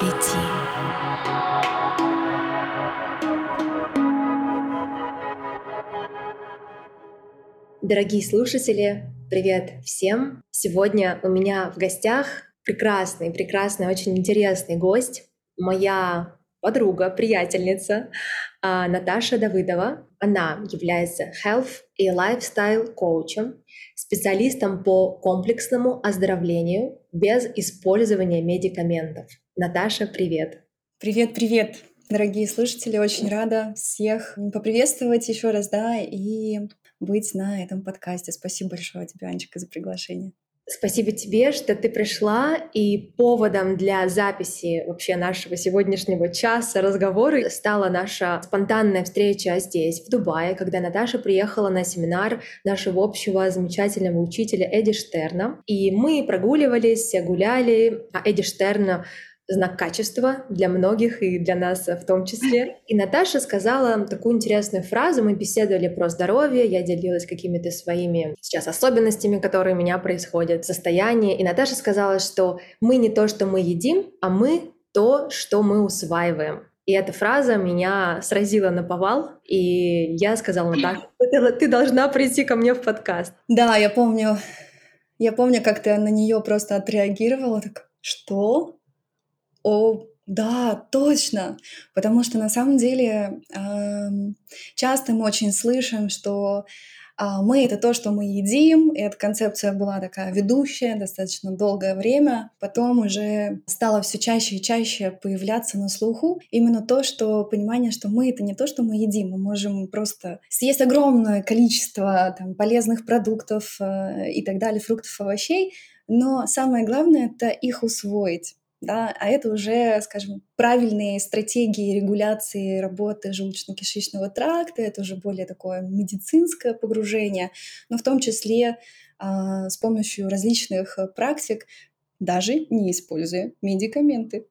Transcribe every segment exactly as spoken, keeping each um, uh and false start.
идти. Дорогие слушатели, привет всем! Сегодня у меня в гостях прекрасный, прекрасный, очень интересный гость, моя подруга, приятельница а, Наташа Давыдова. Она является health и lifestyle коучем, специалистом по комплексному оздоровлению без использования медикаментов. Наташа, привет! Привет, привет, дорогие слушатели! Очень рада всех поприветствовать еще раз, да, и быть на этом подкасте. Спасибо большое тебе, Анечка, за приглашение. Спасибо тебе, что ты пришла, и поводом для записи вообще нашего сегодняшнего часа разговора стала наша спонтанная встреча здесь, в Дубае, когда Наташа приехала на семинар нашего общего замечательного учителя Эдди Штерна. И мы прогуливались, гуляли, а Эдди Штерна знак качества для многих и для нас в том числе. И Наташа сказала такую интересную фразу. Мы беседовали про здоровье, я делилась какими-то своими сейчас особенностями, которые у меня происходят, состояние. И Наташа сказала, что мы не то, что мы едим, а мы то, что мы усваиваем. И эта фраза меня сразила наповал, и я сказала: Наташа, ты, ты должна прийти ко мне в подкаст. Да, я помню, я помню, как ты на нее просто отреагировала, так, что? О, да, точно! Потому что на самом деле эм, часто мы очень слышим, что а, мы — это то, что мы едим, и эта концепция была такая ведущая достаточно долгое время. Потом уже стало все чаще и чаще появляться на слуху именно то, что понимание, что мы — это не то, что мы едим, мы можем просто съесть огромное количество там, полезных продуктов э, и так далее, фруктов, овощей, но самое главное — это их усвоить. Да, а это уже, скажем, правильные стратегии регуляции работы желудочно-кишечного тракта, это уже более такое медицинское погружение, но в том числе а, с помощью различных практик, даже не используя медикаменты.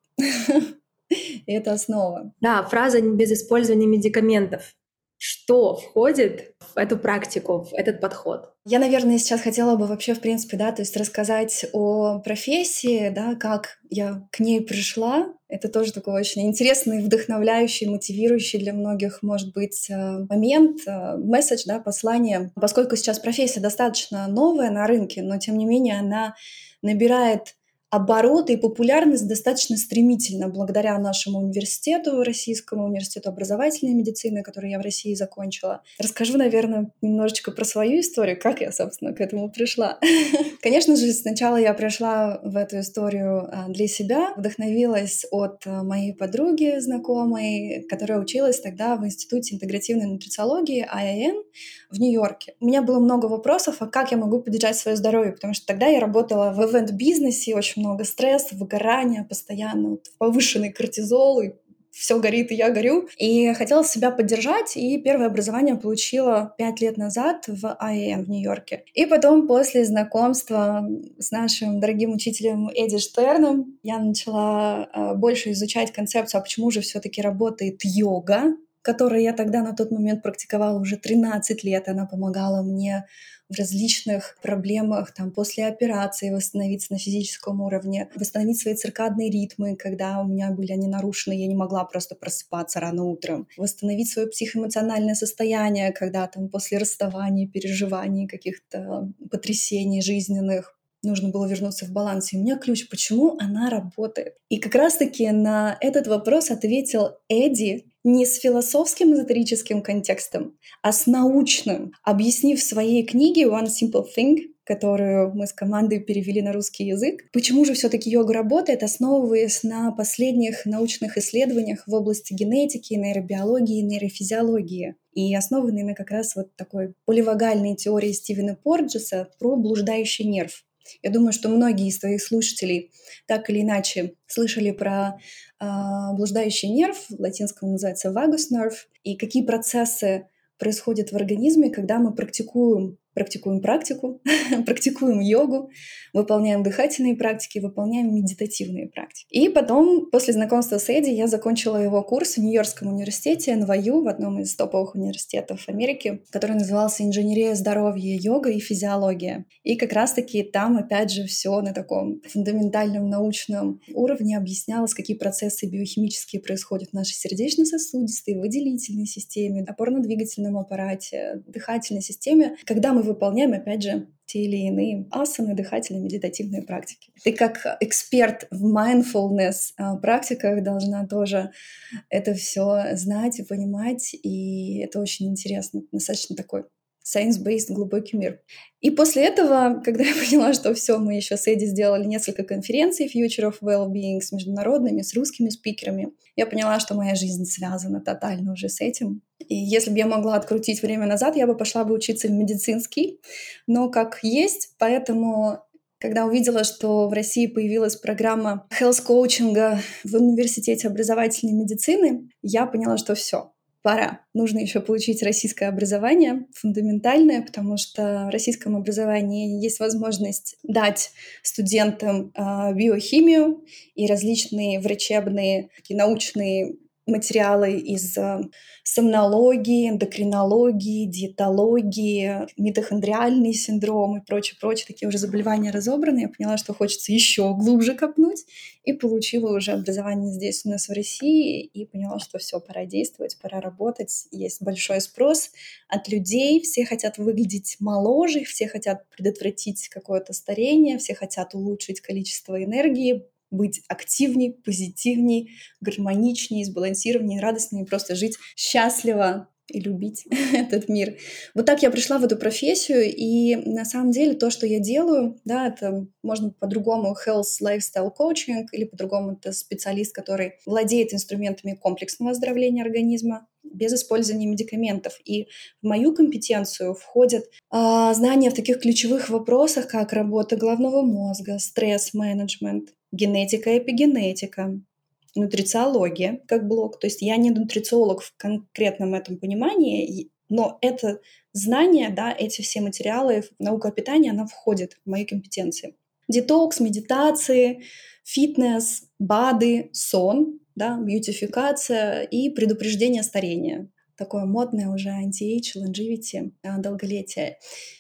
Это основа. Да, фраза «без использования медикаментов». Что входит в эту практику, в этот подход? Я, наверное, сейчас хотела бы вообще, в принципе, да, то есть рассказать о профессии, да, как я к ней пришла. Это тоже такой очень интересный, вдохновляющий, мотивирующий для многих, может быть, момент, месседж, да, послание. Поскольку сейчас профессия достаточно новая на рынке, но, тем не менее, она набирает обороты и популярность достаточно стремительно благодаря нашему университету, Российскому университету образовательной медицины, который я в России закончила. Расскажу, наверное, немножечко про свою историю, как я, собственно, к этому пришла. Конечно же, сначала я пришла в эту историю для себя, вдохновилась от моей подруги знакомой, которая училась тогда в Институте интегративной нутрициологии ай ай эн в Нью-Йорке. У меня было много вопросов, а как я могу поддержать свое здоровье, потому что тогда я работала в ивент-бизнесе, очень много стресса, выгорания постоянно, вот, повышенный кортизол, и все горит, и я горю. И хотела себя поддержать, и первое образование получила пять лет назад в ай ай эн в Нью-Йорке. И потом, после знакомства с нашим дорогим учителем Эдди Штерном, я начала э, больше изучать концепцию, а почему же все-таки работает йога, которую я тогда на тот момент практиковала уже тринадцать лет. Она помогала мне в различных проблемах, там, после операции восстановиться на физическом уровне, восстановить свои циркадные ритмы, когда у меня были они нарушены, я не могла просто просыпаться рано утром, восстановить свое психоэмоциональное состояние, когда там после расставания, переживаний, каких-то потрясений жизненных нужно было вернуться в баланс. И у меня ключ, почему она работает. И как раз-таки на этот вопрос ответил Эдди не с философским эзотерическим контекстом, а с научным, объяснив в своей книге One Simple Thing, которую мы с командой перевели на русский язык, почему же все-таки йога работает, основываясь на последних научных исследованиях в области генетики, нейробиологии, нейрофизиологии, и основанной на как раз вот такой поливагальной теории Стивена Порджеса про блуждающий нерв. Я думаю, что многие из твоих слушателей так или иначе слышали про э, блуждающий нерв, в латинском называется vagus nerve, и какие процессы происходят в организме, когда мы практикуем практикуем практику, практикуем йогу, выполняем дыхательные практики, выполняем медитативные практики. И потом, после знакомства с Эдди, я закончила его курс в Нью-Йоркском университете эн вай ю, в одном из топовых университетов Америки, который назывался «Инженерия здоровья, йога и физиология». И как раз-таки там, опять же, все на таком фундаментальном научном уровне объяснялось, какие процессы биохимические происходят в нашей сердечно-сосудистой, выделительной системе, опорно-двигательном аппарате, дыхательной системе, когда мы выполняем, опять же, те или иные асаны, дыхательные, медитативные практики. Ты как эксперт в mindfulness практиках должна тоже это все знать и понимать, и это очень интересно, достаточно такой science-based глубокий мир. И после этого, когда я поняла, что все, мы еще с Эдди сделали несколько конференций Future of Wellbeing с международными, с русскими спикерами, я поняла, что моя жизнь связана тотально уже с этим. И если бы я могла открутить время назад, я бы пошла бы учиться в медицинский, но как есть, поэтому когда увидела, что в России появилась программа health-коучинга в университете образовательной медицины, я поняла, что все. Пора. Нужно еще получить российское образование, фундаментальное, потому что в российском образовании есть возможность дать студентам э, биохимию и различные врачебные, такие научные материалы из э, сомнологии, эндокринологии, диетологии, митохондриальный синдром и прочее, прочее, такие уже заболевания разобраны. Я поняла, что хочется еще глубже копнуть, и получила уже образование здесь у нас в России, и поняла, что все, пора действовать, пора работать. Есть большой спрос от людей, все хотят выглядеть моложе, все хотят предотвратить какое-то старение, все хотят улучшить количество энергии, быть активней, позитивней, гармоничней, сбалансированней, радостней, просто жить счастливо и любить этот мир. Вот так я пришла в эту профессию, и на самом деле то, что я делаю, да, это можно по-другому health lifestyle coaching, или по-другому это специалист, который владеет инструментами комплексного оздоровления организма без использования медикаментов. И в мою компетенцию входят а, знания в таких ключевых вопросах, как работа головного мозга, стресс-менеджмент, генетика, эпигенетика, нутрициология как блок. То есть я не нутрициолог в конкретном этом понимании, но это знание, да, эти все материалы, наука о питании, она входит в мои компетенции. Детокс, медитации, фитнес, БАДы, сон, да, бьютификация и предупреждение старения. Такое модное уже anti-age, longevity, долголетие.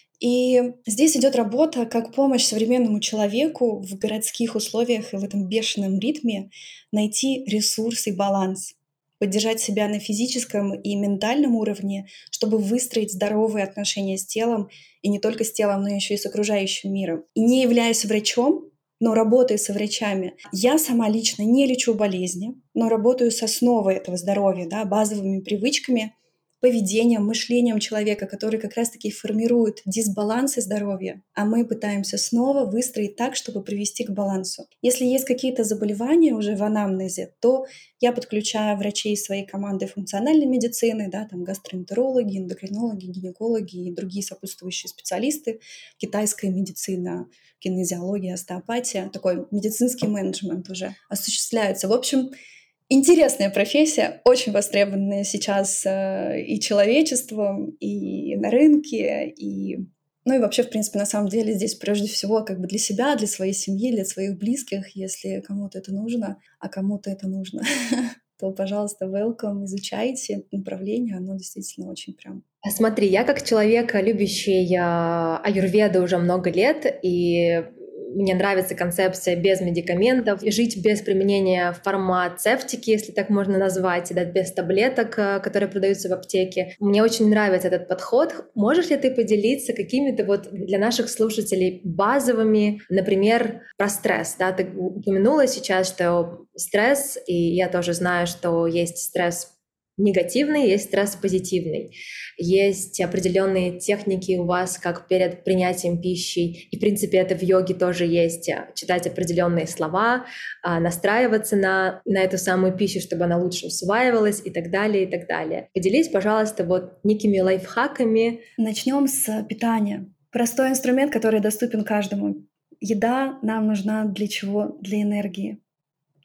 И здесь идет работа как помощь современному человеку в городских условиях и в этом бешеном ритме найти ресурс и баланс, поддержать себя на физическом и ментальном уровне, чтобы выстроить здоровые отношения с телом, и не только с телом, но еще и с окружающим миром. И не являясь врачом, но работаю со врачами. Я сама лично не лечу болезни, но работаю с основой этого здоровья, да, базовыми привычками, поведением, мышлением человека, который как раз-таки формирует дисбалансы здоровья, а мы пытаемся снова выстроить так, чтобы привести к балансу. Если есть какие-то заболевания уже в анамнезе, то я подключаю врачей своей команды функциональной медицины, да, там гастроэнтерологи, эндокринологи, гинекологи и другие сопутствующие специалисты, китайская медицина, кинезиология, остеопатия, такой медицинский менеджмент уже осуществляется. В общем, интересная профессия, очень востребованная сейчас э, и человечеством, и на рынке, и... ну и вообще, в принципе, на самом деле здесь прежде всего как бы для себя, для своей семьи, для своих близких, если кому-то это нужно, а кому-то это нужно, то, пожалуйста, welcome, изучайте направление, оно действительно очень прям... Смотри, я как человек, любящий аюрведу уже много лет, и мне нравится концепция без медикаментов, жить без применения фармацевтики, если так можно назвать, да, без таблеток, которые продаются в аптеке. Мне очень нравится этот подход. Можешь ли ты поделиться какими-то вот для наших слушателей базовыми, например, про стресс? Да? Ты упомянула сейчас, что стресс, и я тоже знаю, что есть стресс негативный, есть стресс позитивный. Есть определенные техники у вас, как перед принятием пищи, и в принципе это в йоге тоже есть, читать определенные слова, настраиваться на, на эту самую пищу, чтобы она лучше усваивалась и так далее, и так далее. Поделись, пожалуйста, вот некими лайфхаками. Начнем с питания. Простой инструмент, который доступен каждому. Еда нам нужна для чего? Для энергии.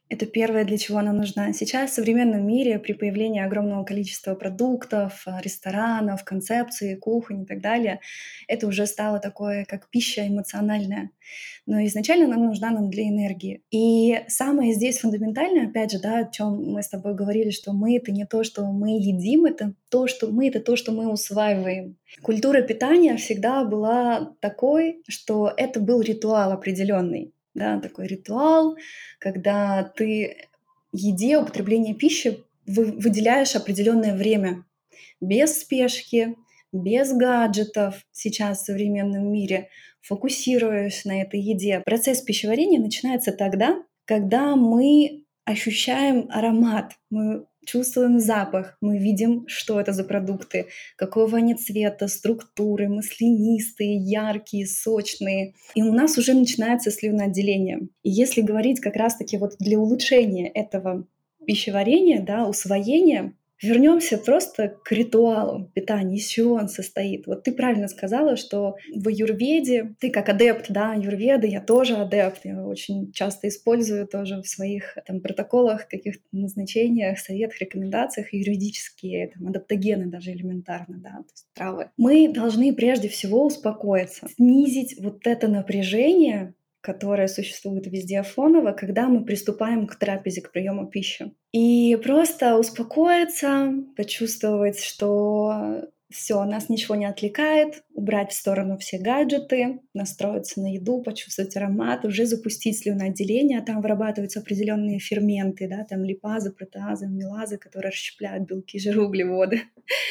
Это первое, для чего она нужна. Сейчас в современном мире при появлении огромного количества продуктов, а, ресторанов, концепций, кухонь и так далее, это уже стало такое, как пища эмоциональная. Но изначально она нужна нам для энергии. И самое здесь фундаментальное, опять же, да, о чем мы с тобой говорили, что мы — это не то, что мы едим, это то, что мы — это то, что мы усваиваем. Культура питания всегда была такой, что это был ритуал определенный, да, такой ритуал, когда ты еде, употребление пищи вы выделяешь определенное время без спешки, без гаджетов сейчас в современном мире, фокусируясь на этой еде. Процесс пищеварения начинается тогда, когда мы ощущаем аромат, мы чувствуем запах, мы видим, что это за продукты, какого они цвета, структуры, маслянистые, яркие, сочные. И у нас уже начинается слюноотделение. И если говорить как раз-таки вот для улучшения этого пищеварения, да, усвоения, вернемся просто к ритуалу питания, из чего он состоит. Вот ты правильно сказала, что в аюрведе, ты как адепт, да, аюрведы, я тоже адепт, я очень часто использую тоже в своих там протоколах, каких-то назначениях, советах, рекомендациях юридические, там, адаптогены даже элементарно, да, то есть травы. Мы должны прежде всего успокоиться, снизить вот это напряжение, которое существует везде фоново, когда мы приступаем к трапезе, к приему пищи. И просто успокоиться, почувствовать, что все, нас ничего не отвлекает, убрать в сторону все гаджеты, настроиться на еду, почувствовать аромат, уже запустить слюноотделение, там вырабатываются определенные ферменты, да, там липазы, протеазы, амилазы, которые расщепляют белки, жиры, углеводы.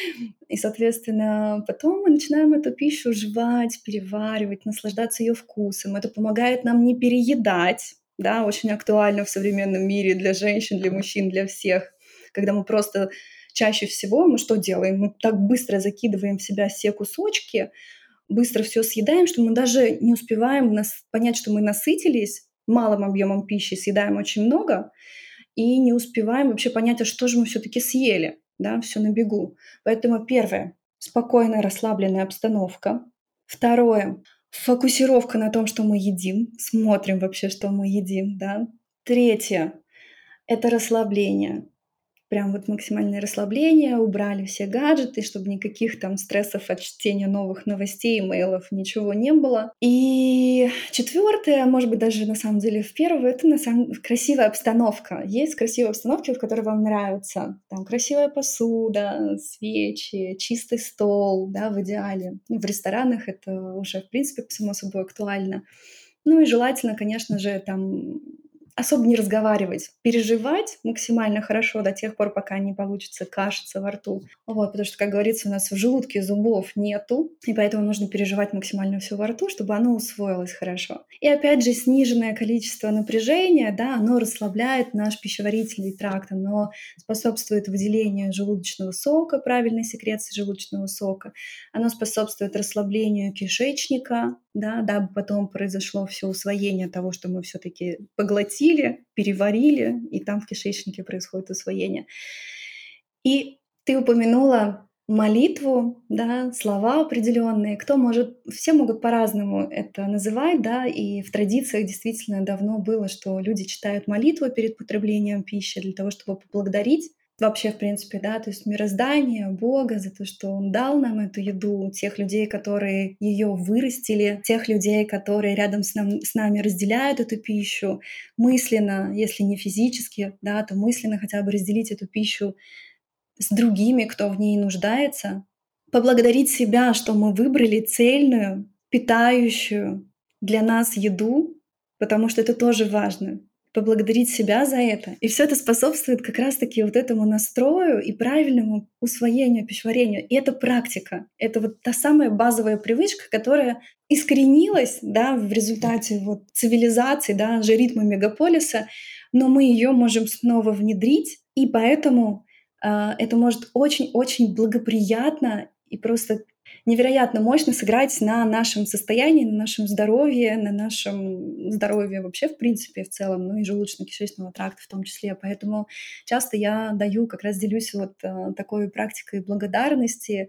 И, соответственно, потом мы начинаем эту пищу жевать, переваривать, наслаждаться ее вкусом. Это помогает нам не переедать, да, очень актуально в современном мире для женщин, для мужчин, для всех, когда мы просто чаще всего мы что делаем? Мы так быстро закидываем в себя все кусочки, быстро все съедаем, что мы даже не успеваем нас понять, что мы насытились малым объемом пищи, съедаем очень много, и не успеваем вообще понять, а что же мы все-таки съели, да, все на бегу. Поэтому первое — спокойная, расслабленная обстановка. Второе — фокусировка на том, что мы едим, смотрим вообще, что мы едим, да. Третье — это расслабление. Прям вот максимальное расслабление, убрали все гаджеты, чтобы никаких там стрессов от чтения новых новостей, имейлов, ничего не было. И четвертое, может быть, даже на самом деле в первое, это на самом красивая обстановка. Есть красивые обстановки, в которой вам нравится. Там красивая посуда, свечи, чистый стол, да, в идеале. Ну, в ресторанах это уже, в принципе, само собой актуально. Ну и желательно, конечно же, там особо не разговаривать, переживать максимально хорошо до тех пор, пока не получится кашица во рту. Вот, потому что, как говорится, у нас в желудке зубов нету, и поэтому нужно переживать максимально все во рту, чтобы оно усвоилось хорошо. И опять же, сниженное количество напряжения, да, оно расслабляет наш пищеварительный тракт, оно способствует выделению желудочного сока, правильной секреции желудочного сока, оно способствует расслаблению кишечника, да, дабы потом произошло все усвоение того, что мы все-таки поглотили, переварили, и там в кишечнике происходит усвоение. И ты упомянула молитву, да, слова определенные. Кто может, все могут по-разному это называть, да, и в традициях действительно давно было, что люди читают молитву перед потреблением пищи для того, чтобы поблагодарить вообще, в принципе, да, то есть мироздание, Бога за то, что Он дал нам эту еду, тех людей, которые ее вырастили, тех людей, которые рядом с, нам, с нами разделяют эту пищу, мысленно, если не физически, да, то мысленно хотя бы разделить эту пищу с другими, кто в ней нуждается, поблагодарить себя, что мы выбрали цельную, питающую для нас еду, потому что это тоже важно. Поблагодарить себя за это. И все это способствует как раз-таки вот этому настрою и правильному усвоению, пищеварению. И это практика. Это вот та самая базовая привычка, которая искоренилась, да, в результате вот цивилизации, да, же ритма мегаполиса, но мы ее можем снова внедрить, и поэтому а, это может очень-очень благоприятно и просто невероятно мощно сыграть на нашем состоянии, на нашем здоровье, на нашем здоровье вообще, в принципе, в целом, ну и желудочно-кишечного тракта в том числе. Поэтому часто я даю, как раз делюсь вот э, такой практикой благодарности,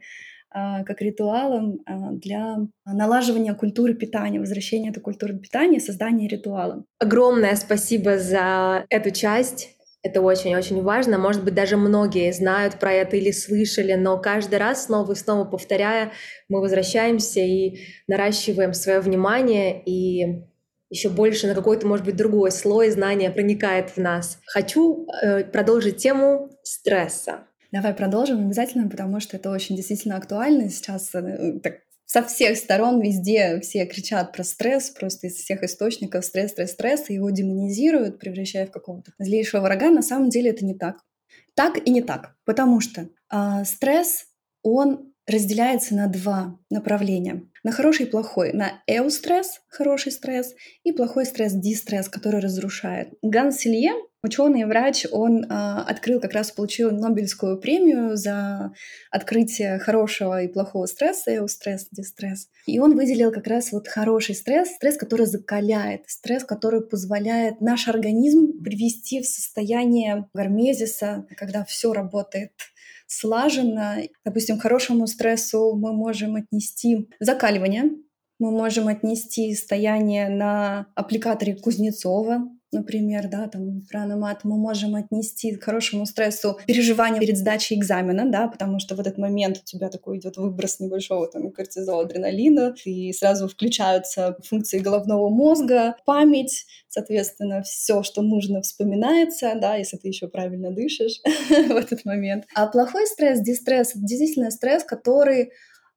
а, как ритуалом а, для налаживания культуры питания, возвращения этой культуры питания, создания ритуала. Огромное спасибо за эту часть. Это очень-очень важно. Может быть, даже многие знают про это или слышали, но каждый раз снова и снова повторяя, мы возвращаемся и наращиваем свое внимание, и еще больше на какой-то, может быть, другой слой знания проникает в нас. Хочу э, продолжить тему стресса. Давай продолжим обязательно, потому что это очень действительно актуально. Сейчас э, так, со всех сторон везде все кричат про стресс, просто из всех источников стресс, стресс, стресс, и его демонизируют, превращая в какого-то злейшего врага. На самом деле это не так. Так и не так, потому что э, стресс, он разделяется на два направления. На хороший и плохой. На эустресс, хороший стресс, и плохой стресс, дистресс, который разрушает. Ганс Селье, ученый и врач, он э, открыл, как раз получил Нобелевскую премию за открытие хорошего и плохого стресса, эустресс, дистресс. И он выделил как раз вот хороший стресс, стресс, который закаляет, стресс, который позволяет наш организм привести в состояние гармезиса, когда все работает слаженно. Допустим, к хорошему стрессу мы можем отнести закаливание, мы можем отнести стояние на аппликаторе Кузнецова, например, да, там прана-мат. Мы можем отнести к хорошему стрессу переживания перед сдачей экзамена, да, потому что в этот момент у тебя такой идет выброс небольшого там кортизола, адреналина, и сразу включаются функции головного мозга, память, соответственно, все, что нужно, вспоминается, да, если ты еще правильно дышишь в этот момент. А плохой стресс, дистресс, это действительно стресс, который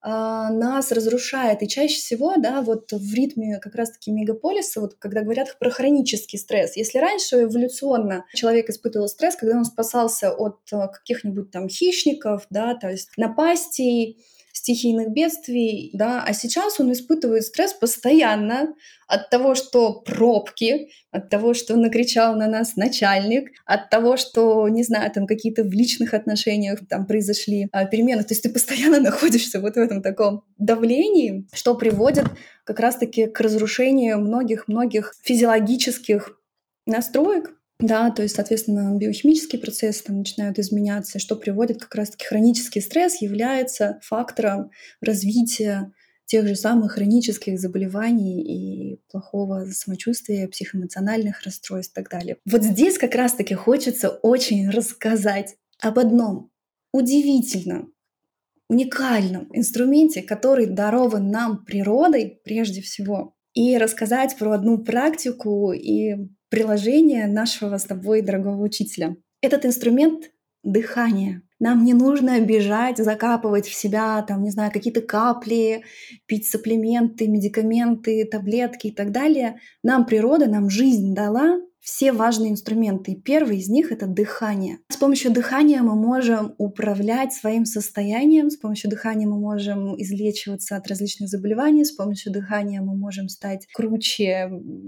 нас разрушает. И чаще всего, да, вот в ритме как раз-таки мегаполиса, вот когда говорят про хронический стресс, если раньше эволюционно человек испытывал стресс, когда он спасался от каких-нибудь там хищников, да, то есть напастей, стихийных бедствий, да, а сейчас он испытывает стресс постоянно от того, что пробки, от того, что накричал на нас начальник, от того, что, не знаю, там какие-то в личных отношениях там произошли а, перемены. То есть ты постоянно находишься вот в этом таком давлении, что приводит как раз-таки к разрушению многих-многих физиологических настроек. Да, то есть, соответственно, биохимические процессы там начинают изменяться, что приводит как раз-таки хронический стресс, является фактором развития тех же самых хронических заболеваний и плохого самочувствия, психоэмоциональных расстройств и так далее. Вот здесь как раз-таки хочется очень рассказать об одном удивительном, уникальном инструменте, который дарован нам природой прежде всего, и рассказать про одну практику и приложение нашего с тобой дорогого учителя. Этот инструмент — дыхание. Нам не нужно бежать, закапывать в себя, там, не знаю, какие-то капли, пить сапплименты, медикаменты, таблетки и так далее. Нам природа, нам жизнь дала все важные инструменты. И первый из них — это дыхание. С помощью дыхания мы можем управлять своим состоянием, с помощью дыхания мы можем излечиваться от различных заболеваний, с помощью дыхания мы можем стать круче,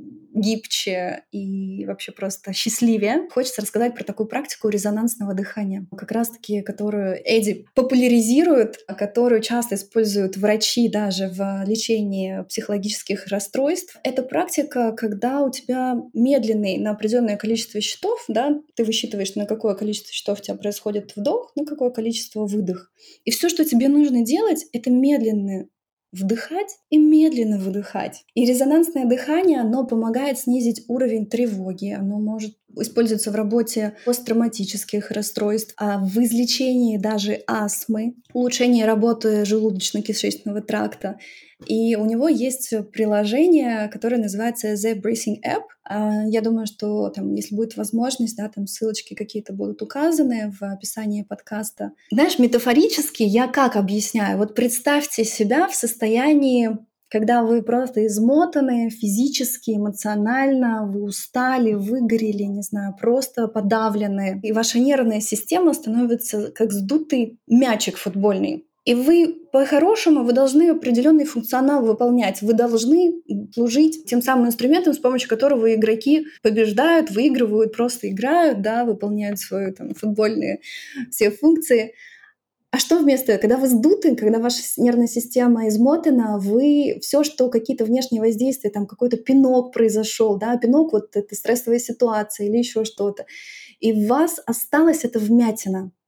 гибче и вообще просто счастливее. Хочется рассказать про такую практику резонансного дыхания, как раз-таки, которую Эдди популяризирует, которую часто используют врачи даже в лечении психологических расстройств. Это практика, когда у тебя медленный на определенное количество счетов, да, ты высчитываешь, на какое количество счетов у тебя происходит вдох, на какое количество выдох. И все, что тебе нужно делать, это медленно вдыхать и медленно выдыхать. И резонансное дыхание, оно помогает снизить уровень тревоги, оно может используется в работе посттравматических расстройств, а в излечении даже астмы, улучшении работы желудочно-кишечного тракта. И у него есть приложение, которое называется The Breathing App. Я думаю, что там, если будет возможность, да, там ссылочки какие-то будут указаны в описании подкаста. Знаешь, метафорически я как объясняю? Вот представьте себя в состоянии, когда вы просто измотаны физически, эмоционально, вы устали, выгорели, не знаю, просто подавлены. И ваша нервная система становится как сдутый мячик футбольный. И вы, по-хорошему, вы должны определенный функционал выполнять. Вы должны служить тем самым инструментом, с помощью которого игроки побеждают, выигрывают, просто играют, да, выполняют свои там, футбольные все функции. А что вместо этого? Когда вы сдуты, когда ваша нервная система измотана, вы все, что какие-то внешние воздействия, там какой-то пинок произошел, да, пинок вот это стрессовая ситуация или еще что-то, и у вас осталась эта вмятина.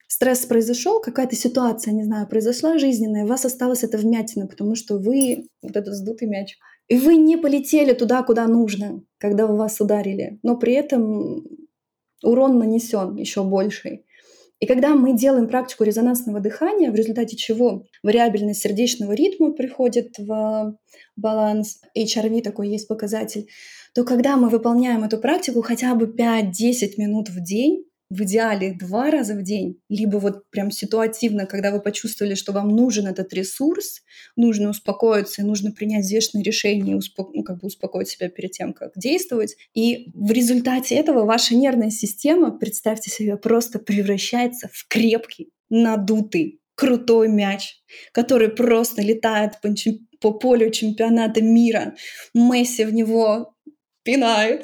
Стресс произошел, какая-то ситуация, не знаю, произошла жизненная, у вас осталась эта вмятина, потому что вы вот этот сдутый мяч. И вы не полетели туда, куда нужно, когда вы вас ударили, но при этом урон нанесен еще больший. И когда мы делаем практику резонансного дыхания, в результате чего вариабельность сердечного ритма приходит в баланс, эйч ар ви такой есть показатель, то когда мы выполняем эту практику хотя бы пять-десять минут в день, в идеале два раза в день, либо вот прям ситуативно, когда вы почувствовали, что вам нужен этот ресурс, нужно успокоиться, нужно принять взвешенное решение, и успоко- ну, как бы успокоить себя перед тем, как действовать. И в результате этого ваша нервная система, представьте себе, просто превращается в крепкий, надутый, крутой мяч, который просто летает по, чем- по полю чемпионата мира. Месси в него пинает,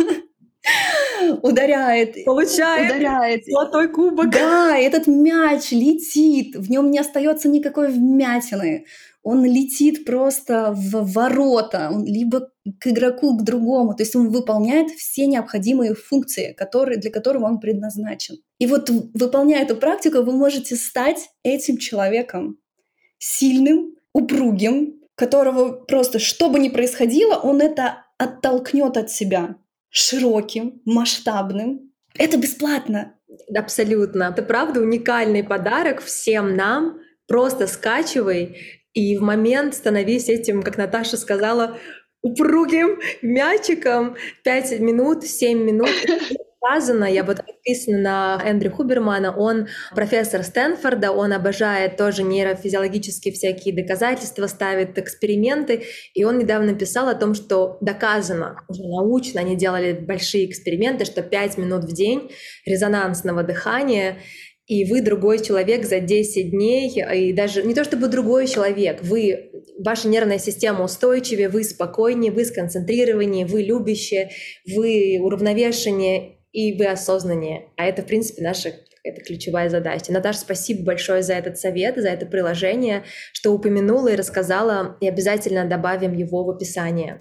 ударяет, Получает ударяет. золотой кубок. Да, этот мяч летит, в нем не остается никакой вмятины. Он летит просто в ворота, он либо к игроку, к другому. То есть он выполняет все необходимые функции, которые, для которых он предназначен. И вот выполняя эту практику, вы можете стать этим человеком. Сильным, упругим, которого просто, что бы ни происходило, он это оттолкнет от себя. Широким, масштабным. Это бесплатно. Абсолютно. Это правда уникальный подарок всем нам. Просто скачивай и в момент становись этим, как Наташа сказала, упругим мячиком. Пять минут, семь минут. Сказано, я вот подписана на Эндрю Хубермана, он профессор Стэнфорда, он обожает тоже нейрофизиологические всякие доказательства, ставит эксперименты, и он недавно писал о том, что доказано, уже научно, они делали большие эксперименты, что пять минут в день резонансного дыхания, и вы другой человек за десять дней, и даже не то чтобы другой человек, вы, ваша нервная система устойчивее, вы спокойнее, вы сконцентрированнее, вы любящие, вы уравновешеннее, и вы осознаннее. А это, в принципе, наша это ключевая задача. Наташа, спасибо большое за этот совет, за это приложение, что упомянула и рассказала, и обязательно добавим его в описание.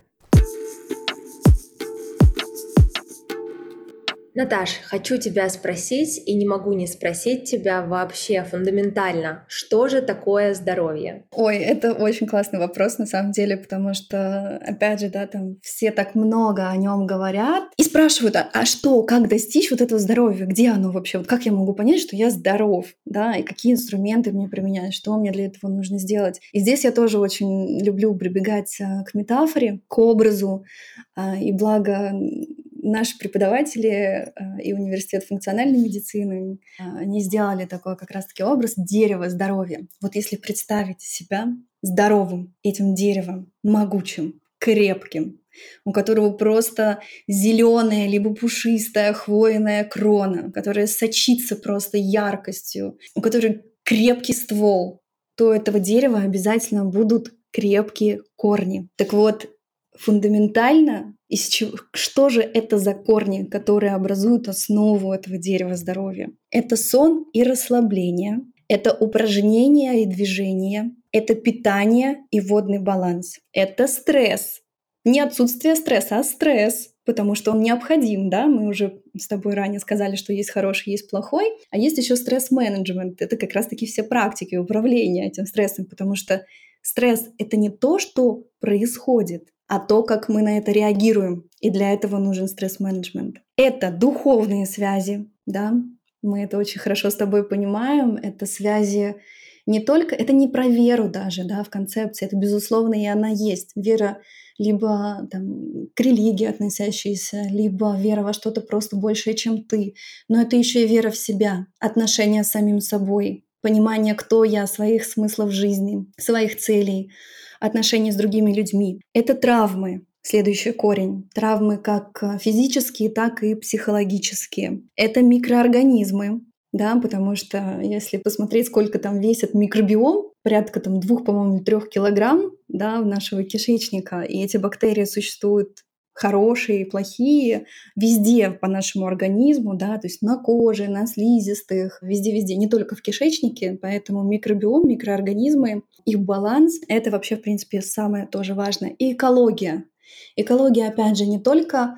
Наташ, хочу тебя спросить, и не могу не спросить тебя вообще фундаментально, что же такое здоровье? Ой, это очень классный вопрос на самом деле, потому что, опять же, да, там все так много о нем говорят и спрашивают, а, а что, как достичь вот этого здоровья, где оно вообще, вот как я могу понять, что я здоров, да, и какие инструменты мне применять, что мне для этого нужно сделать. И здесь я тоже очень люблю прибегать к метафоре, к образу, и благо наши преподаватели и университет функциональной медицины, они сделали такой как раз-таки образ дерева здоровья. Вот если представить себя здоровым этим деревом, могучим, крепким, у которого просто зеленая либо пушистая хвойная крона, которая сочится просто яркостью, у которой крепкий ствол, то у этого дерева обязательно будут крепкие корни. Так вот, фундаментально, из чего, что же это за корни, которые образуют основу этого дерева здоровья? Это сон и расслабление, это упражнения и движения, это питание и водный баланс, это стресс. Не отсутствие стресса, а стресс, потому что он необходим, да? Мы уже с тобой ранее сказали, что есть хороший, есть плохой, а есть еще стресс-менеджмент. Это как раз-таки все практики управления этим стрессом, потому что стресс — это не то, что происходит, а то, как мы на это реагируем. И для этого нужен стресс-менеджмент. Это духовные связи, да, мы это очень хорошо с тобой понимаем. Это связи не только, это не про веру даже, да, в концепции, это безусловно и она есть. Вера либо там, к религии относящаяся, либо вера во что-то просто большее, чем ты. Но это еще и вера в себя, отношения с самим собой, понимание, кто я, своих смыслов жизни, своих целей, отношения с другими людьми. Это травмы. Следующий корень. Травмы как физические, так и психологические. Это микроорганизмы, да, потому что если посмотреть, сколько там весит микробиом, порядка там двух, по-моему, трех килограмм, да, нашего кишечника, и эти бактерии существуют хорошие и плохие, везде по нашему организму, да, то есть на коже, на слизистых, везде-везде, не только в кишечнике, поэтому микробиом, микроорганизмы, их баланс — это вообще, в принципе, самое тоже важное. И экология. Экология, опять же, не только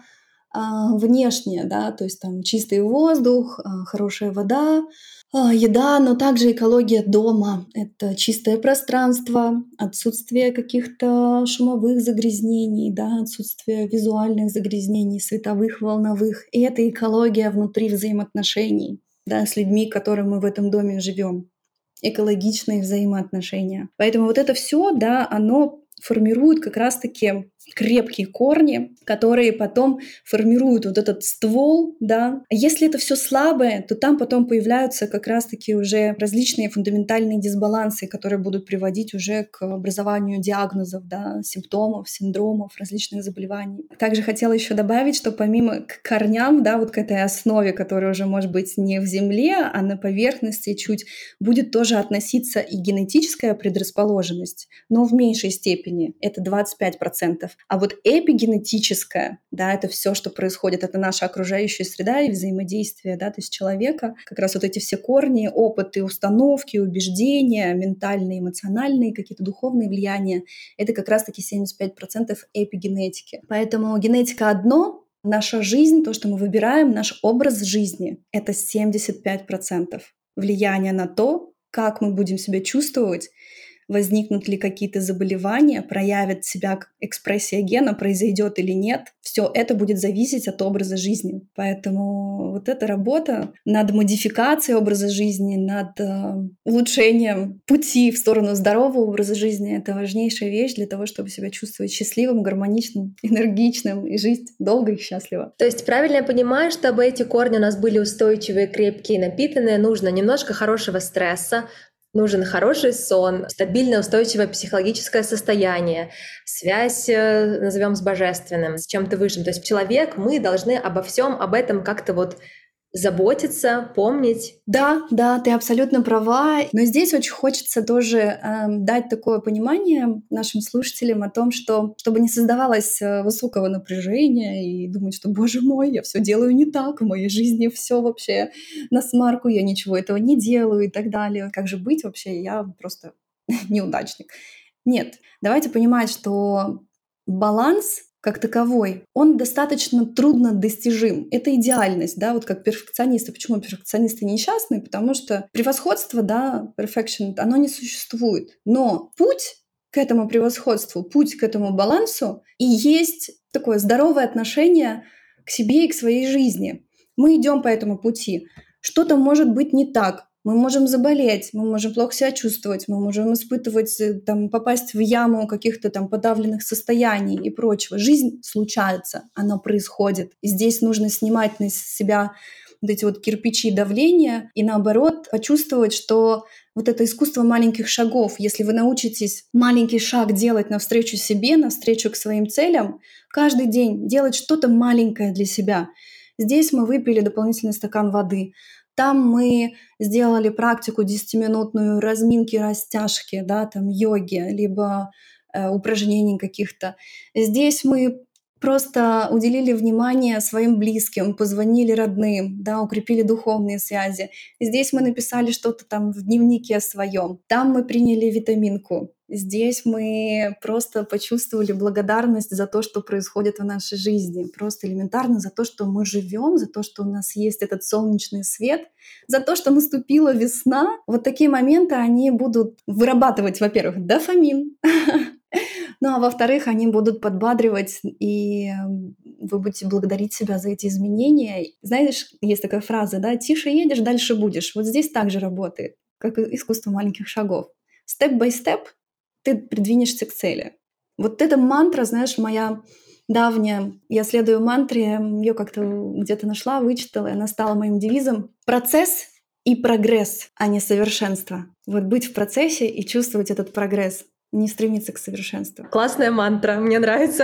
а, внешнее, да, то есть там чистый воздух, а, хорошая вода, а, еда, но также экология дома. Это чистое пространство, отсутствие каких-то шумовых загрязнений, да, отсутствие визуальных загрязнений, световых, волновых. И это экология внутри взаимоотношений, да, с людьми, которым мы в этом доме живем. Экологичные взаимоотношения. Поэтому вот это все, да, оно формирует как раз-таки крепкие корни, которые потом формируют вот этот ствол, да. А если это все слабое, то там потом появляются как раз-таки уже различные фундаментальные дисбалансы, которые будут приводить уже к образованию диагнозов, да, симптомов, синдромов, различных заболеваний. Также хотела еще добавить, что помимо к корням, да, вот к этой основе, которая уже может быть не в земле, а на поверхности чуть, будет тоже относиться и генетическая предрасположенность, но в меньшей степени, это двадцать пять процентов. А вот эпигенетическая, да, это все, что происходит, это наша окружающая среда и взаимодействие, да, то есть человека, как раз вот эти все корни, опыты, установки, убеждения, ментальные, эмоциональные, какие-то духовные влияния, это как раз-таки семьдесят пять процентов эпигенетики. Поэтому генетика одно, наша жизнь, то, что мы выбираем, наш образ жизни, это семьдесят пять процентов влияния на то, как мы будем себя чувствовать, возникнут ли какие-то заболевания, проявит себя как экспрессия гена, произойдет или нет. Все это будет зависеть от образа жизни. Поэтому вот эта работа над модификацией образа жизни, над э, улучшением пути в сторону здорового образа жизни — это важнейшая вещь для того, чтобы себя чувствовать счастливым, гармоничным, энергичным и жить долго и счастливо. То есть правильно я понимаю, чтобы эти корни у нас были устойчивые, крепкие, напитанные, нужно немножко хорошего стресса, нужен хороший сон, стабильное, устойчивое психологическое состояние, связь, назовем, с божественным, с чем-то высшим. То есть человек, мы должны обо всем об этом как-то вот заботиться, помнить. Да, да, ты абсолютно права. Но здесь очень хочется тоже э, дать такое понимание нашим слушателям о том, что чтобы не создавалось э, высокого напряжения и думать, что, боже мой, я все делаю не так, в моей жизни все вообще на смарку, я ничего этого не делаю и так далее. Как же быть вообще? Я просто неудачник. Нет, давайте понимать, что баланс как таковой, он достаточно трудно достижим. Это идеальность, да, вот как перфекционисты. Почему перфекционисты несчастны? Потому что превосходство, да, perfection, оно не существует. Но путь к этому превосходству, путь к этому балансу и есть такое здоровое отношение к себе и к своей жизни. Мы идем по этому пути. Что-то может быть не так. Мы можем заболеть, мы можем плохо себя чувствовать, мы можем испытывать, там, попасть в яму каких-то там подавленных состояний и прочего. Жизнь случается, она происходит. И здесь нужно снимать на себя вот эти вот кирпичи давления и, наоборот, почувствовать, что вот это искусство маленьких шагов, если вы научитесь маленький шаг делать навстречу себе, навстречу к своим целям, каждый день делать что-то маленькое для себя. Здесь мы выпили дополнительный стакан воды. Там мы сделали практику десятиминутную разминки, растяжки, да, там йоги, либо э, упражнений каких-то. Здесь мы просто уделили внимание своим близким, позвонили родным, да, укрепили духовные связи. Здесь мы написали что-то там в дневнике своем. Там мы приняли витаминку. Здесь мы просто почувствовали благодарность за то, что происходит в нашей жизни. Просто элементарно за то, что мы живем, за то, что у нас есть этот солнечный свет, за то, что наступила весна. Вот такие моменты, они будут вырабатывать, во-первых, дофамин, ну а во-вторых, они будут подбадривать, и вы будете благодарить себя за эти изменения. Знаешь, есть такая фраза, да, «тише едешь, дальше будешь». Вот здесь также работает, как искусство маленьких шагов. Степ-бай-степ ты придвинешься к цели. Вот эта мантра, знаешь, моя давняя, я следую мантре, ее как-то где-то нашла, вычитала, и она стала моим девизом. Процесс и прогресс, а не совершенство. Вот быть в процессе и чувствовать этот прогресс, не стремиться к совершенству. Классная мантра, мне нравится.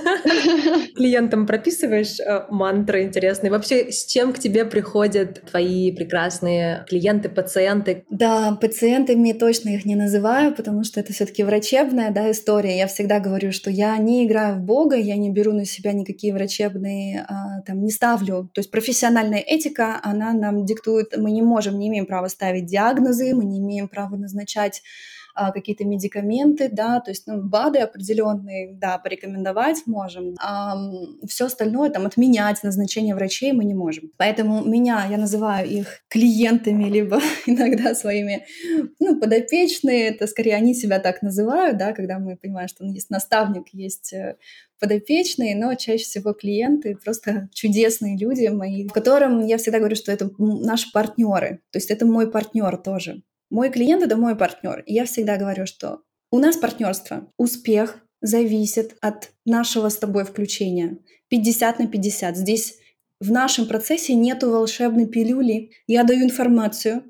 Клиентам прописываешь э, мантры интересные. Вообще, с чем к тебе приходят твои прекрасные клиенты, пациенты? Да, пациентами точно их не называю, потому что это все-таки врачебная, да, история. Я всегда говорю, что я не играю в Бога, я не беру на себя никакие врачебные, а, там, не ставлю. То есть профессиональная этика, она нам диктует, мы не можем, не имеем права ставить диагнозы, мы не имеем права назначать а, какие-то медикаменты, да, то есть ну, БАДы определенные, да, порекомендовать можем, а все остальное там отменять назначение врачей мы не можем. Поэтому меня, я называю их клиентами, либо иногда своими, ну, подопечные, это скорее они себя так называют, да, когда мы понимаем, что есть наставник, есть подопечные, но чаще всего клиенты просто чудесные люди мои, которым я всегда говорю, что это наши партнеры, то есть это мой партнер тоже. Мой клиент — это мой партнер. И я всегда говорю, что у нас партнерство. Успех зависит от нашего с тобой включения. пятьдесят на пятьдесят. Здесь в нашем процессе нету волшебной пилюли. Я даю информацию,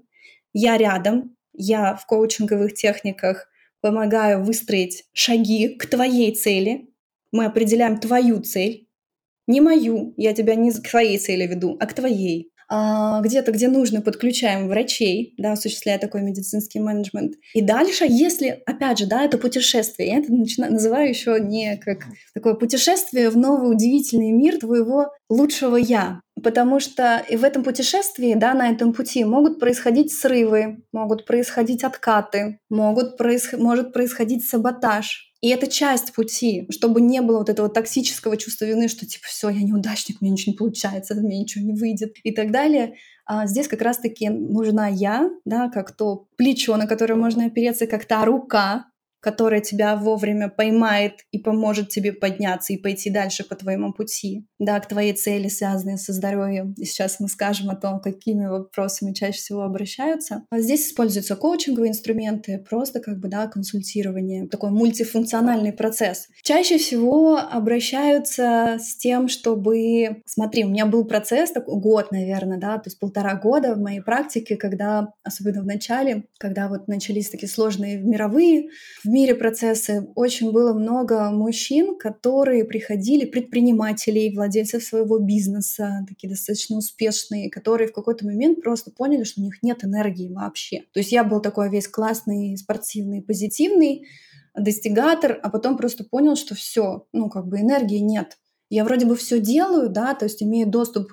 я рядом, я в коучинговых техниках помогаю выстроить шаги к твоей цели. Мы определяем твою цель, не мою, я тебя не к твоей цели веду, а к твоей. А где-то, где нужно, подключаем врачей, да, осуществляя такой медицинский менеджмент. И дальше, если, опять же, да, это путешествие, я это начинаю, называю еще не как такое путешествие в новый удивительный мир твоего лучшего «я». Потому что и в этом путешествии, да, на этом пути могут происходить срывы, могут происходить откаты, могут происх... может происходить саботаж. И это часть пути, чтобы не было вот этого токсического чувства вины, что типа все, я неудачник, мне ничего не получается, мне ничего не выйдет и так далее. А здесь как раз-таки нужна я, да, как то плечо, на которое можно опереться, как та рука, которая тебя вовремя поймает и поможет тебе подняться и пойти дальше по твоему пути, да, к твоей цели, связанной со здоровьем. И сейчас мы скажем о том, какими вопросами чаще всего обращаются. А здесь используются коучинговые инструменты, просто как бы, да, консультирование, такой мультифункциональный процесс. Чаще всего обращаются с тем, чтобы... Смотри, у меня был процесс, такой год, наверное, да, то есть полтора года в моей практике, когда, особенно в начале, когда вот начались такие сложные мировые в мире процессы, очень было много мужчин, которые приходили, предпринимателей, владельцев своего бизнеса, такие достаточно успешные, которые в какой-то момент просто поняли, что у них нет энергии вообще. То есть я был такой весь классный, спортивный, позитивный достигатор, а потом просто понял, что все, ну как бы энергии нет. Я вроде бы все делаю, да, то есть имею доступ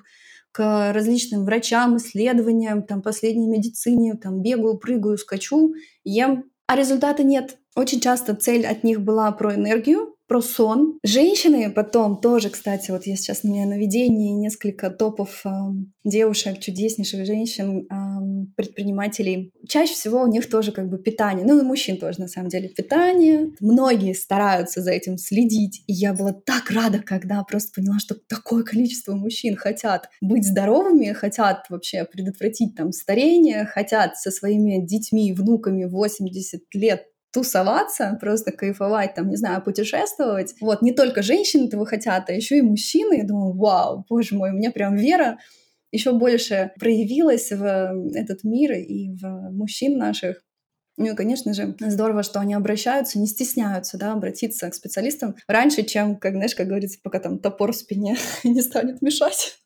к различным врачам, исследованиям, там, последней медицине, там, бегаю, прыгаю, скачу, ем, а результата нет. Очень часто цель от них была про энергию, про сон. Женщины потом тоже, кстати, вот я сейчас у меня на видении несколько топов э, девушек, чудеснейших женщин, э, предпринимателей. Чаще всего у них тоже как бы питание, ну и мужчин тоже на самом деле питание. Многие стараются за этим следить. И я была так рада, когда просто поняла, что такое количество мужчин хотят быть здоровыми, хотят вообще предотвратить там старение, хотят со своими детьми и внуками в восемьдесят лет тусоваться, просто кайфовать, там, не знаю, путешествовать. Вот, не только женщины этого хотят, а еще и мужчины. Я думаю, вау, боже мой, у меня прям вера еще больше проявилась в этот мир и в мужчин наших. Ну и, конечно же, здорово, что они обращаются, не стесняются, да, обратиться к специалистам раньше, чем, как, знаешь, как говорится, пока там топор в спине не станет мешать.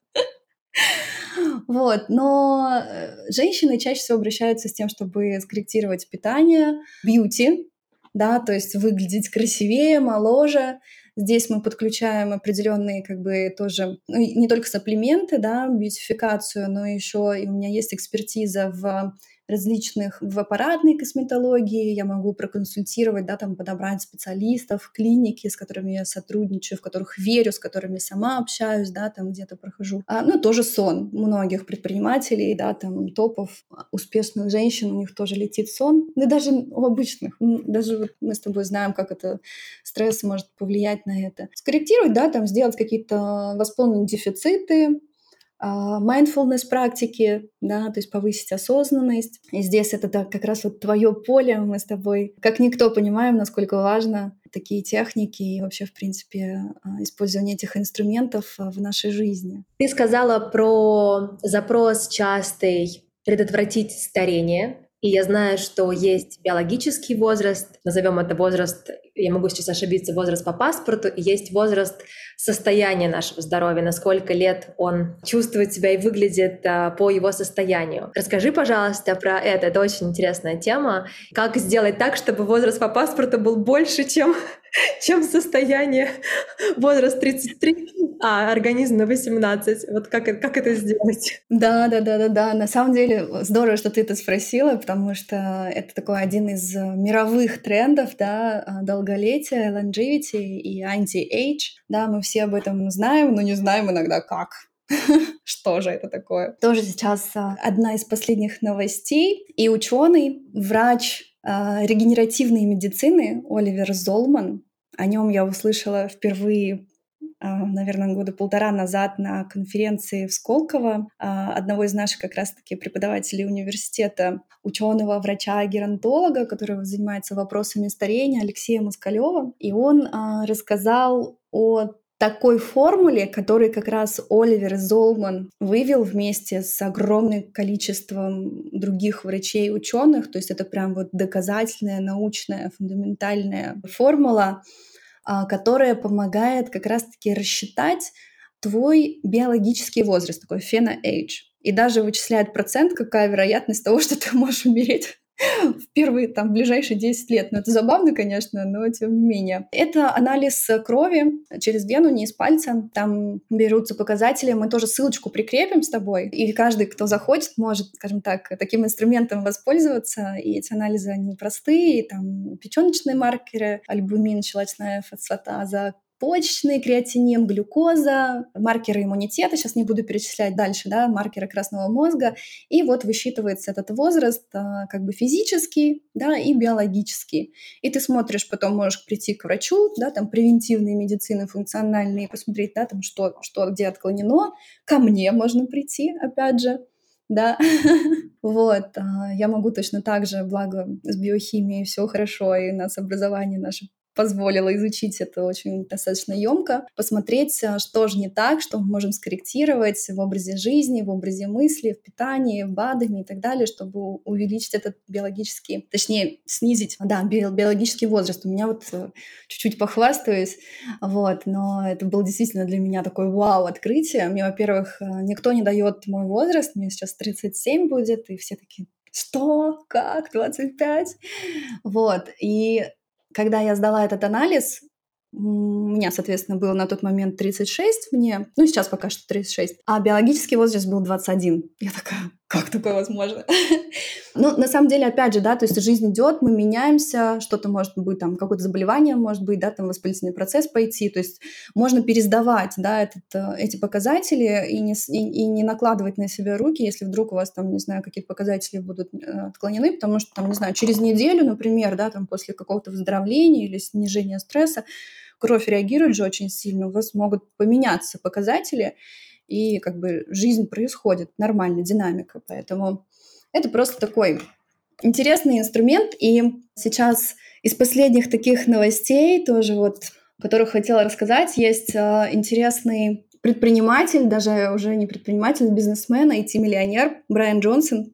Вот, но женщины чаще всего обращаются с тем, чтобы скорректировать питание, бьюти, да, то есть выглядеть красивее, моложе. Здесь мы подключаем определенные, как бы, тоже, ну, не только сапплименты, да, бьютификацию, но еще и у меня есть экспертиза в различных, в аппаратной косметологии, я могу проконсультировать, да, там, подобрать специалистов в клинике, с которыми я сотрудничаю, в которых верю, с которыми сама общаюсь, да, там где-то прохожу. А, ну, тоже сон многих предпринимателей, да, там, топов, успешных женщин, у них тоже летит сон, да даже у обычных, даже вот мы с тобой знаем, как это стресс может повлиять на это. Скорректировать, да, там, сделать какие-то, восполнить дефициты, mindfulness практики, да, то есть повысить осознанность. И здесь это да, как раз вот твое поле, мы с тобой как никто понимаем, насколько важно такие техники и вообще, в принципе, использование этих инструментов в нашей жизни. Ты сказала про запрос частый предотвратить старение. И я знаю, что есть биологический возраст, назовем это возраст я могу сейчас ошибиться, возраст по паспорту, и есть возраст состояния нашего здоровья, на сколько лет он чувствует себя и выглядит а, по его состоянию. Расскажи, пожалуйста, про это. Это очень интересная тема. Как сделать так, чтобы возраст по паспорту был больше, чем, чем состояние, возраст тридцать три, а организм на восемнадцать. Вот как, как это сделать? Да, да, да, да, да. На самом деле здорово, что ты это спросила, потому что это такой один из мировых трендов, да, долголетия, longevity и anti-age. Да, мы все об этом знаем, но не знаем иногда как. Что же это такое? Тоже сейчас одна из последних новостей. И ученый, врач регенеративной медицины Оливер Золман, о нем я услышала впервые, наверное, года полтора назад на конференции в Сколково одного из наших как раз-таки преподавателей университета, ученого, врача, геронтолога, который занимается вопросами старения, Алексея Москалева. И он рассказал о такой формуле, которую как раз Оливер Золман вывел вместе с огромным количеством других врачей и ученых. То есть это прям вот доказательная, научная, фундаментальная формула, которая помогает как раз-таки рассчитать твой биологический возраст, такой pheno-age. И даже вычисляет процент, какая вероятность того, что ты можешь умереть в первые, там, ближайшие десять лет. Ну, это забавно, конечно, но тем не менее. Это анализ крови через вену, не из пальца. Там берутся показатели. Мы тоже ссылочку прикрепим с тобой. И каждый, кто захочет, может, скажем так, таким инструментом воспользоваться. И эти анализы, они простые. Там печёночные маркеры, альбумин, щелочная фосфатаза, почечный креатинин, глюкоза, маркеры иммунитета, сейчас не буду перечислять дальше, да, маркеры красного мозга, и вот высчитывается этот возраст а, как бы физический, да, и биологический. И ты смотришь, потом можешь прийти к врачу, да, там превентивные медицины, функциональные, посмотреть, да, там что, что где отклонено, ко мне можно прийти, опять же, да, вот, я могу точно так же, благо с биохимией все хорошо, и у нас образование наше позволило изучить это очень достаточно емко, посмотреть, что же не так, что мы можем скорректировать в образе жизни, в образе мысли, в питании, в БАДами и так далее, чтобы увеличить этот биологический, точнее, снизить, да, биологический возраст. У меня вот чуть-чуть похвастаюсь, вот, но это было действительно для меня такое вау-открытие. Мне, во-первых, никто не дает мой возраст, мне сейчас тридцать семь будет, и все такие: что? Как? двадцать пять? Вот, и когда я сдала этот анализ, у меня, соответственно, было на тот момент тридцать шесть мне, ну, сейчас пока что тридцать шесть, а биологический возраст был двадцать один. Я такая: как такое возможно? Ну, на самом деле, опять же, да, то есть жизнь идет, мы меняемся, что-то может быть, там, какое-то заболевание может быть, да, там, воспалительный процесс пойти, то есть можно пересдавать, да, этот, эти показатели и не, и, и не накладывать на себя руки, если вдруг у вас, там, не знаю, какие-то показатели будут отклонены, потому что, там, не знаю, через неделю, например, да, там, после какого-то выздоровления или снижения стресса, кровь реагирует же очень сильно, у вас могут поменяться показатели, и как бы жизнь происходит, нормальная динамика, поэтому это просто такой интересный инструмент. И сейчас из последних таких новостей тоже вот, которых хотела рассказать, есть э, интересный предприниматель, даже уже не предприниматель, бизнесмен, ай ти-миллионер Брайан Джонсон.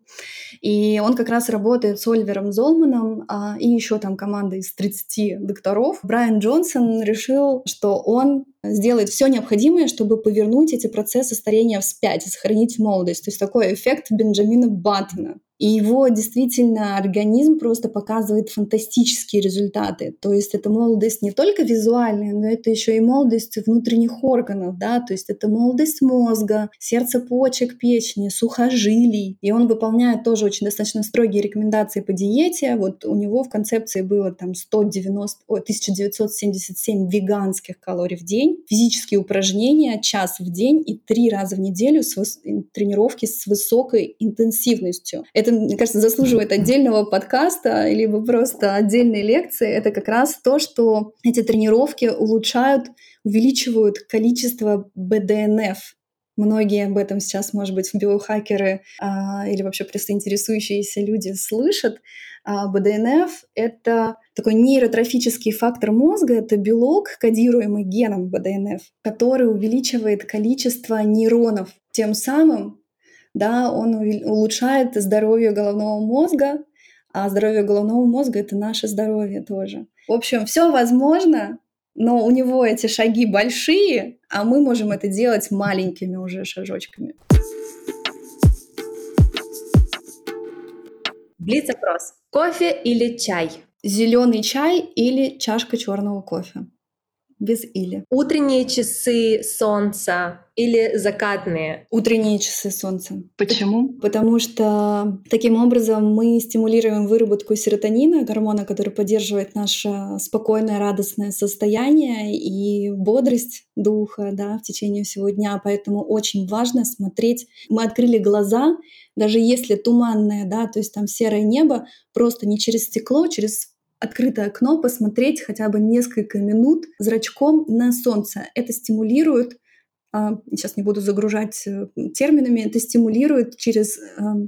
И он как раз работает с Оливером Золманом а, и еще там командой из тридцати докторов. Брайан Джонсон решил, что он сделает все необходимое, чтобы повернуть эти процессы старения вспять и сохранить молодость. То есть такой эффект Бенджамина Баттона. И его действительно организм просто показывает фантастические результаты. То есть это молодость не только визуальная, но это еще и молодость внутренних органов, да, то есть это молодость мозга, сердца, почек, печени, сухожилий. И он выполняет тоже очень достаточно строгие рекомендации по диете. Вот у него в концепции было там сто девяносто, ой, тысяча девятьсот семьдесят семь веганских калорий в день, физические упражнения час в день и три раза в неделю с выс... тренировки с высокой интенсивностью. Это, мне кажется, заслуживает отдельного подкаста, либо просто отдельной лекции. Это как раз то, что эти тренировки улучшают, увеличивают количество бэ дэ эн эф. Многие об этом сейчас, может быть, биохакеры а, или вообще просто интересующиеся люди слышат. А бэ дэ эн эф — это такой нейротрофический фактор мозга, это белок, кодируемый геном бэ дэ эн эф, который увеличивает количество нейронов. Тем самым, да, он улучшает здоровье головного мозга, А здоровье головного мозга — это наше здоровье тоже. В общем, все возможно, но у него эти шаги большие, а мы можем это делать маленькими уже шажочками. Блиц-опрос. Кофе или чай? Зеленый чай или чашка черного кофе? Без или. Утренние часы солнца или закатные? Утренние часы солнца. Почему? Потому что таким образом мы стимулируем выработку серотонина, гормона, который поддерживает наше спокойное, радостное состояние и бодрость духа, да, в течение всего дня. Поэтому очень важно смотреть. Мы открыли глаза, даже если туманное, да, то есть там серое небо, просто не через стекло, через открытое окно посмотреть хотя бы несколько минут зрачком на солнце. Это стимулирует, сейчас не буду загружать терминами, это стимулирует через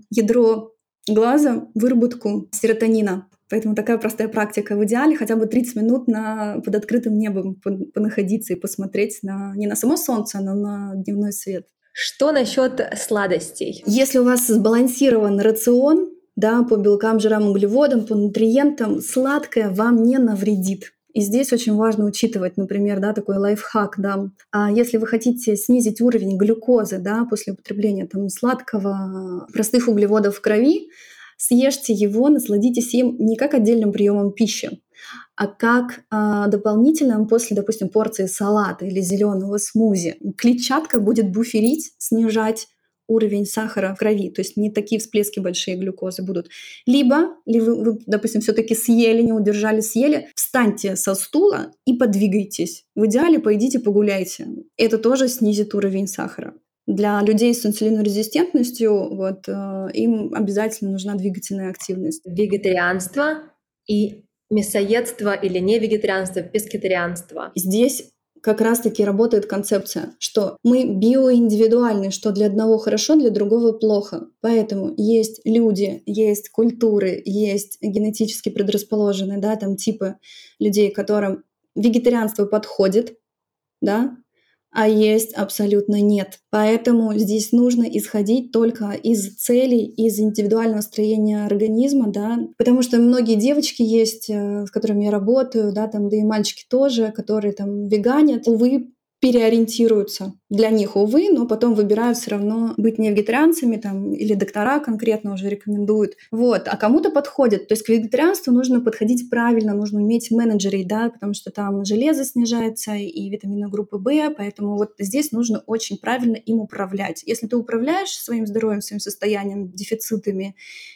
ядро глаза выработку серотонина. Поэтому такая простая практика. В идеале хотя бы тридцать минут на, под открытым небом понаходиться и посмотреть на, не на само солнце, но на дневной свет. Что насчет сладостей? Если у вас сбалансирован рацион, да, по белкам, жирам, углеводам, по нутриентам, сладкое вам не навредит. И здесь очень важно учитывать, например, да, такой лайфхак, да. А если вы хотите снизить уровень глюкозы, да, после употребления там, сладкого, простых углеводов в крови, съешьте его, насладитесь им не как отдельным приемом пищи, а как а, дополнительным после, допустим, порции салата или зеленого смузи. Клетчатка будет буферить, снижать уровень сахара в крови, то есть не такие всплески большие глюкозы будут. Либо, ли вы, вы, допустим, все-таки съели, не удержали, съели, встаньте со стула и подвигайтесь. В идеале пойдите погуляйте. Это тоже снизит уровень сахара. Для людей с инсулинорезистентностью вот, э, им обязательно нужна двигательная активность. Вегетарианство и мясоедство или не вегетарианство, пескетарианство. Здесь как раз-таки работает концепция, что мы биоиндивидуальны, что для одного хорошо, для другого плохо. Поэтому есть люди, есть культуры, есть генетически предрасположенные, да, там типы людей, которым вегетарианство подходит, да, а есть абсолютно нет. Поэтому здесь нужно исходить только из целей, из индивидуального строения организма, да, потому что многие девочки есть, с которыми я работаю, да, там, да и мальчики тоже, которые там веганят, увы, переориентируются. Для них, увы, но потом выбирают все равно быть не вегетарианцами, там, или доктора конкретно уже рекомендуют. Вот. А кому-то подходит. То есть к вегетарианству нужно подходить правильно, нужно уметь менеджерить, да, потому что там железо снижается и витамины группы В, поэтому вот здесь нужно очень правильно им управлять. Если ты управляешь своим здоровьем, своим состоянием, дефицитами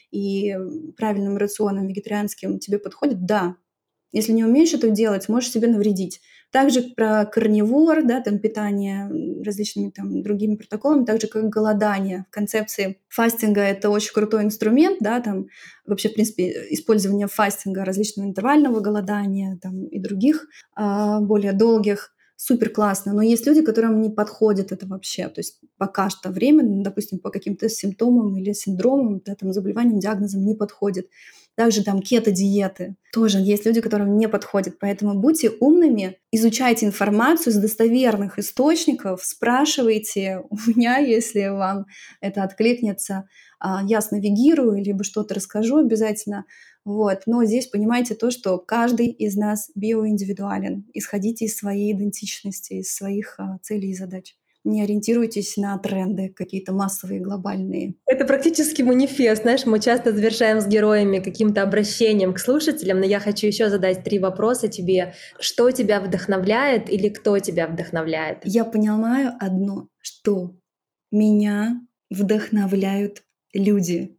и правильным рационом вегетарианским тебе подходит, да. Если не умеешь это делать, можешь себе навредить. Также про карнивор, да, там питание различными там другими протоколами, так же как голодание. В концепции фастинга это очень крутой инструмент, да, там вообще, в принципе, использование фастинга, различного интервального голодания там, и других а, более долгих, супер классно. Но есть люди, которым не подходит это вообще. То есть пока что временно, допустим, по каким-то симптомам или синдромам, да, там, заболеваниям, диагнозам не подходит. Также там кето-диеты. Тоже есть люди, которым не подходит. Поэтому будьте умными, изучайте информацию с достоверных источников, спрашивайте у меня, если вам это откликнется. Я навигирую, либо что-то расскажу обязательно. Вот. Но здесь понимайте то, что каждый из нас биоиндивидуален. Исходите из своей идентичности, из своих целей и задач. Не ориентируйтесь на тренды какие-то массовые, глобальные. Это практически манифест. Знаешь, мы часто завершаем с героями каким-то обращением к слушателям, но я хочу еще задать три вопроса тебе. Что тебя вдохновляет или кто тебя вдохновляет? Я понимаю одно, что меня вдохновляют люди.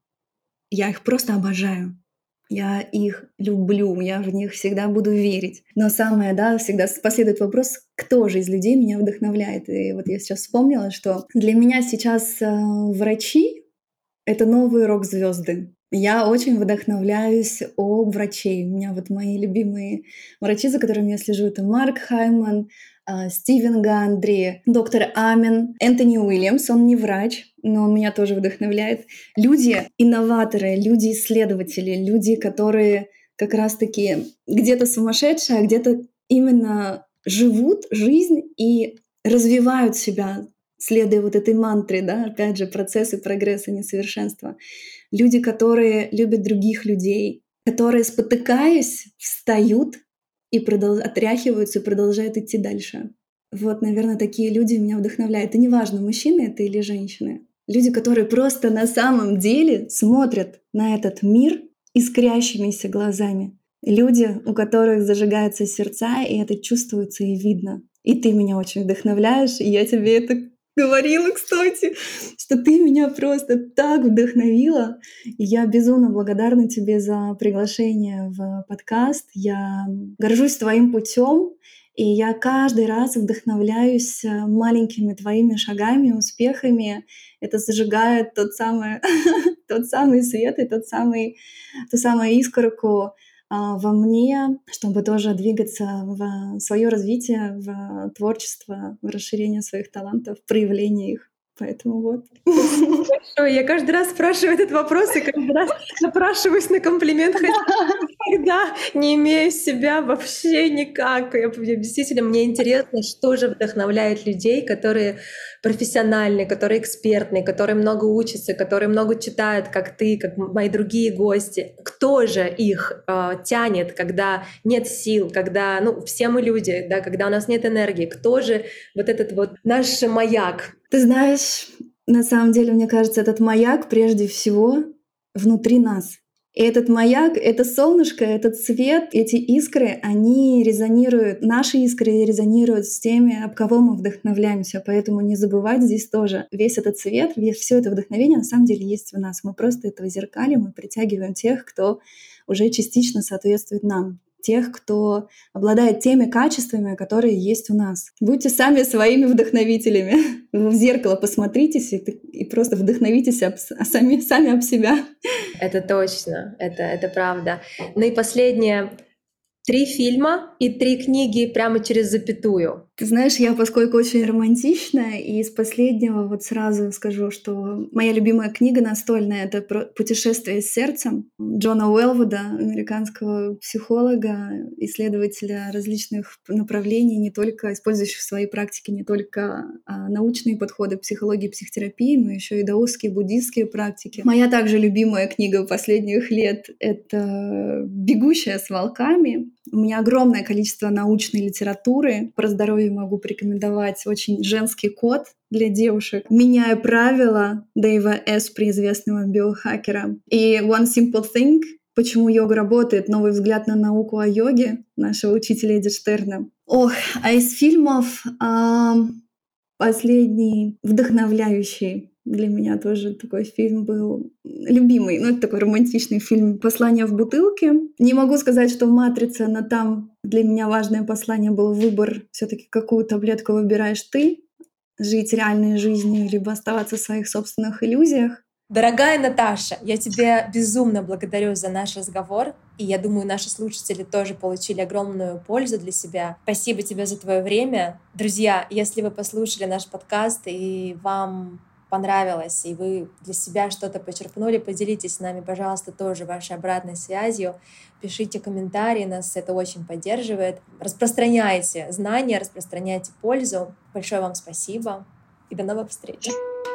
Я их просто обожаю. Я их люблю, я в них всегда буду верить. Но самое, да, всегда последует вопрос, кто же из людей меня вдохновляет. И вот я сейчас вспомнила, что для меня сейчас э, врачи — это новые рок-звезды. Я очень вдохновляюсь об врачей. У меня вот мои любимые врачи, за которыми я слежу, это Марк Хайман, Стивен Гандри, доктор Амин, Энтони Уильямс. Он не врач, но он меня тоже вдохновляет. Люди инноваторы, люди исследователи, люди, которые как раз-таки где-то сумасшедшие, а где-то именно живут жизнь и развивают себя, следуя вот этой мантре, да, опять же, процессы прогресса, несовершенства. Люди, которые любят других людей, которые, спотыкаясь, встают и продол- отряхиваются и продолжают идти дальше. Вот, наверное, такие люди меня вдохновляют. И неважно, мужчины это или женщины. Люди, которые просто на самом деле смотрят на этот мир искрящимися глазами. Люди, у которых зажигаются сердца, и это чувствуется и видно. И ты меня очень вдохновляешь, и я тебе это говорила, кстати, что ты меня просто так вдохновила. И я безумно благодарна тебе за приглашение в подкаст. Я горжусь твоим путем, и я каждый раз вдохновляюсь маленькими твоими шагами, успехами. Это зажигает тот самый, тот самый свет и тот самый, ту самую искорку а, во мне, чтобы тоже двигаться в свое развитие, в творчество, в расширение своих талантов, в проявление их. Поэтому вот. Спасибо большое. Я каждый раз спрашиваю этот вопрос и каждый раз напрашиваюсь на комплимент, хотя никогда не имею себя вообще никак. Я, я действительно, мне интересно, что же вдохновляет людей, которые профессиональные, которые экспертные, которые много учатся, которые много читают, как ты, как мои другие гости. Кто же их э, тянет, когда нет сил, когда, ну, все мы люди, да, когда у нас нет энергии? Кто же вот этот вот наш маяк? Ты знаешь, на самом деле, мне кажется, этот маяк прежде всего внутри нас. И этот маяк, это солнышко, этот свет, эти искры, они резонируют, наши искры резонируют с теми, об кого мы вдохновляемся. Поэтому не забывать здесь тоже. Весь этот свет, весь, все это вдохновение на самом деле есть в нас. Мы просто этого зеркалим и притягиваем тех, кто уже частично соответствует нам. Тех, кто обладает теми качествами, которые есть у нас. Будьте сами своими вдохновителями. Вы в зеркало посмотритесь и, и просто вдохновитесь об, сами, сами об себя. Это точно, это, это правда. Ну и последнее. Три фильма и три книги прямо через запятую. Ты знаешь, я, поскольку очень романтичная, и из последнего вот сразу скажу, что моя любимая книга настольная — это «Путешествие с сердцем» Джона Уэлвуда, американского психолога, исследователя различных направлений, не только использующих в своей практике не только а, научные подходы психологии и психотерапии, но еще и даосские, буддистские практики. Моя также любимая книга последних лет — это «Бегущая с волками». У меня огромное количество научной литературы. Про здоровье могу порекомендовать очень женский код для девушек. «Меняя правила» Дэйва Эспри, известного биохакера. И «One Simple Thing», «Почему йога работает», новый взгляд на науку о йоге нашего учителя Эдди Штерна. Ох, а из фильмов эм, последний вдохновляющий для меня тоже такой фильм был любимый. Ну, это такой романтичный фильм «Послание в бутылке». Не могу сказать, что «Матрица», но там для меня важное послание был выбор. Все-таки какую таблетку выбираешь ты? Жить реальной жизнью, либо оставаться в своих собственных иллюзиях. Дорогая Наташа, я тебя безумно благодарю за наш разговор, и я думаю, наши слушатели тоже получили огромную пользу для себя. Спасибо тебе за твое время. Друзья, если вы послушали наш подкаст и вам понравилось, и вы для себя что-то почерпнули, поделитесь с нами, пожалуйста, тоже вашей обратной связью. Пишите комментарии, нас это очень поддерживает. Распространяйте знания, распространяйте пользу. Большое вам спасибо и до новых встреч!